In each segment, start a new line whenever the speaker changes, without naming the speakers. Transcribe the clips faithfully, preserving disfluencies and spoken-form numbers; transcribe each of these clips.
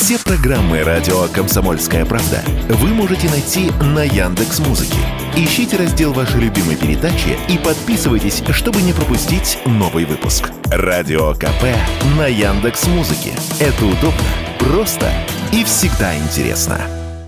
Все программы радио «Комсомольская правда» вы можете найти на Яндекс.Музыке. Ищите раздел вашей любимой передачи и подписывайтесь, чтобы не пропустить новый выпуск. Радио КП на Яндекс.Музыке. Это удобно, просто и всегда интересно.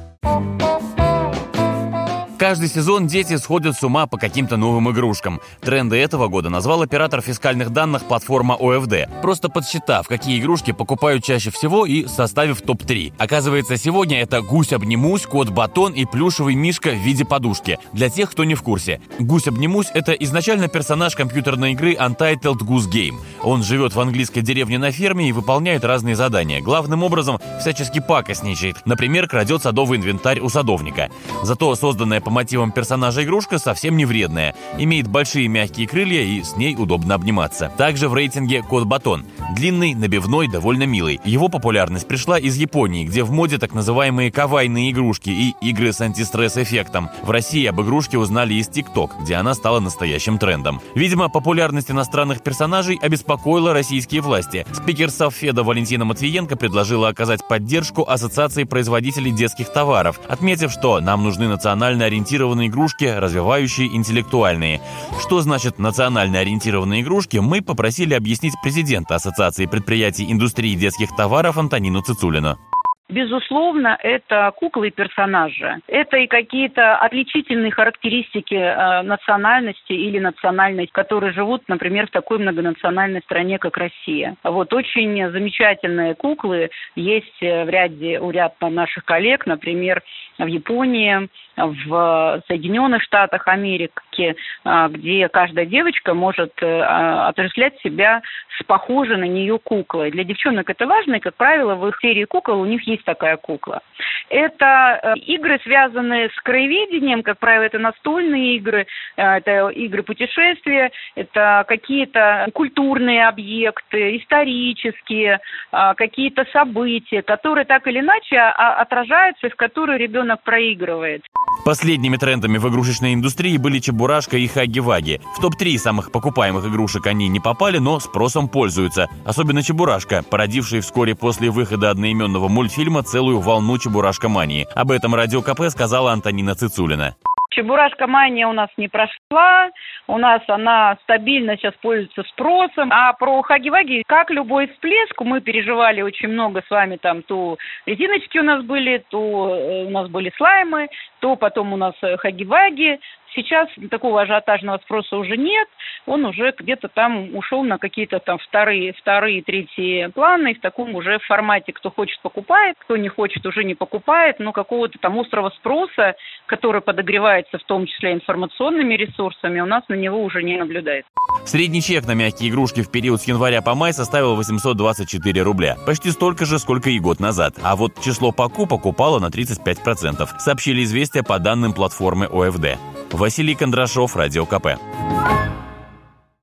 Каждый сезон дети сходят с ума по каким-то новым игрушкам. Тренды этого года назвал оператор фискальных данных платформа о эф дэ, просто подсчитав, какие игрушки покупают чаще всего и составив топ три. Оказывается, сегодня это «Гусь-обнимусь», «Кот-батон» и плюшевый мишка в виде подушки. Для тех, кто не в курсе. «Гусь-обнимусь» — это изначально персонаж компьютерной игры Untitled Goose Game. Он живет в английской деревне на ферме и выполняет разные задания. Главным образом всячески пакостничает. Например, крадет садовый инвентарь у садовника. Зато созданная по мотивам персонажа игрушка совсем не вредная. Имеет большие мягкие крылья и с ней удобно обниматься. Также в рейтинге «Кот-батон». Длинный, набивной, довольно милый. Его популярность пришла из Японии, где в моде так называемые кавайные игрушки и игры с антистресс-эффектом. В России об игрушке узнали из ТикТок, где она стала настоящим трендом. Видимо, популярность иностранных персонажей обеспокоила российские власти. Спикер Совфеда Валентина Матвиенко предложила оказать поддержку Ассоциации производителей детских товаров, отметив, что нам нужны национально ориентированные игрушки, развивающие интеллектуальные. Что значит национально ориентированные игрушки, мы попросили объяснить президента Ассоциации предприятий индустрии детских товаров Антонину Цицулину.
Безусловно, это куклы и персонажи. Это и какие-то отличительные характеристики э, национальности или национальности, которые живут, например, в такой многонациональной стране, как Россия. Вот очень замечательные куклы есть в ряде, у ряда наших коллег, например, в Японии, в Соединенных Штатах Америки, где каждая девочка может отождествлять себя с похожей на нее куклой. Для девчонок это важно, и, как правило, в их серии кукол у них есть такая кукла. Это игры, связанные с краеведением, как правило, это настольные игры, это игры путешествия, это какие-то культурные объекты, исторические, какие-то события, которые так или иначе отражаются и в которые ребенок проигрывает.
Последними трендами в игрушечной индустрии были Чебурашка и Хаги-Ваги. В топ три самых покупаемых игрушек они не попали, но спросом пользуются. Особенно Чебурашка, породивший вскоре после выхода одноименного мультфильма целую волну чебурашка-мании. Об этом Радио КП сказала Антонина Цицулина.
Чебурашка-мания у нас не прошла, у нас она стабильно сейчас пользуется спросом. А про Хаги-Ваги, как любой всплеск, мы переживали очень много с вами, там то резиночки у нас были, то у нас были слаймы, то потом у нас Хаги-Ваги. Сейчас такого ажиотажного спроса уже нет, он уже где-то там ушел на какие-то там вторые, вторые, третьи планы, в таком уже формате, кто хочет покупает, кто не хочет уже не покупает, но какого-то там острого спроса, который подогревается в том числе информационными ресурсами, у нас на него уже не наблюдается.
Средний чек на мягкие игрушки в период с января по май составил восемьсот двадцать четыре рубля, почти столько же, сколько и год назад, а вот число покупок упало на тридцать пять процентов, сообщили «Известия» по данным платформы о эф дэ. Василий Кондрашов, Радио КП.